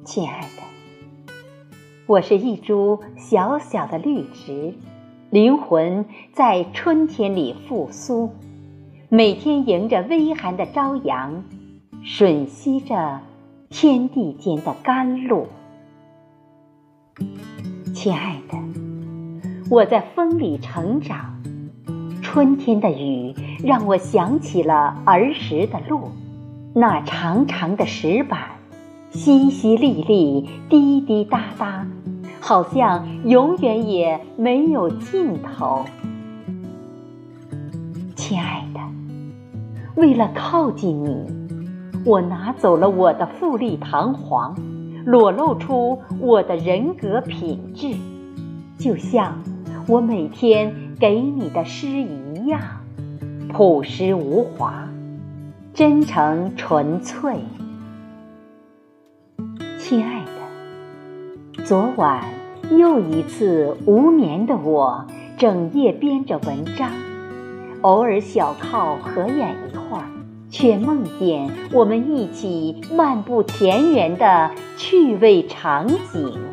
亲爱的，我是一株小小的绿植，灵魂在春天里复苏，每天迎着微寒的朝阳，吮吸着天地间的甘露。亲爱的，我在风里成长，春天的雨让我想起了儿时的路，那长长的石板，淅淅沥沥，滴滴答答，好像永远也没有尽头。亲爱的，为了靠近你，我拿走了我的富丽堂皇，裸露出我的人格品质，就像我每天给你的诗一样，朴实无华，真诚纯粹。亲爱的，昨晚又一次无眠的我，整夜编着文章，偶尔小靠合眼一会儿，却梦见我们一起漫步田园的趣味场景。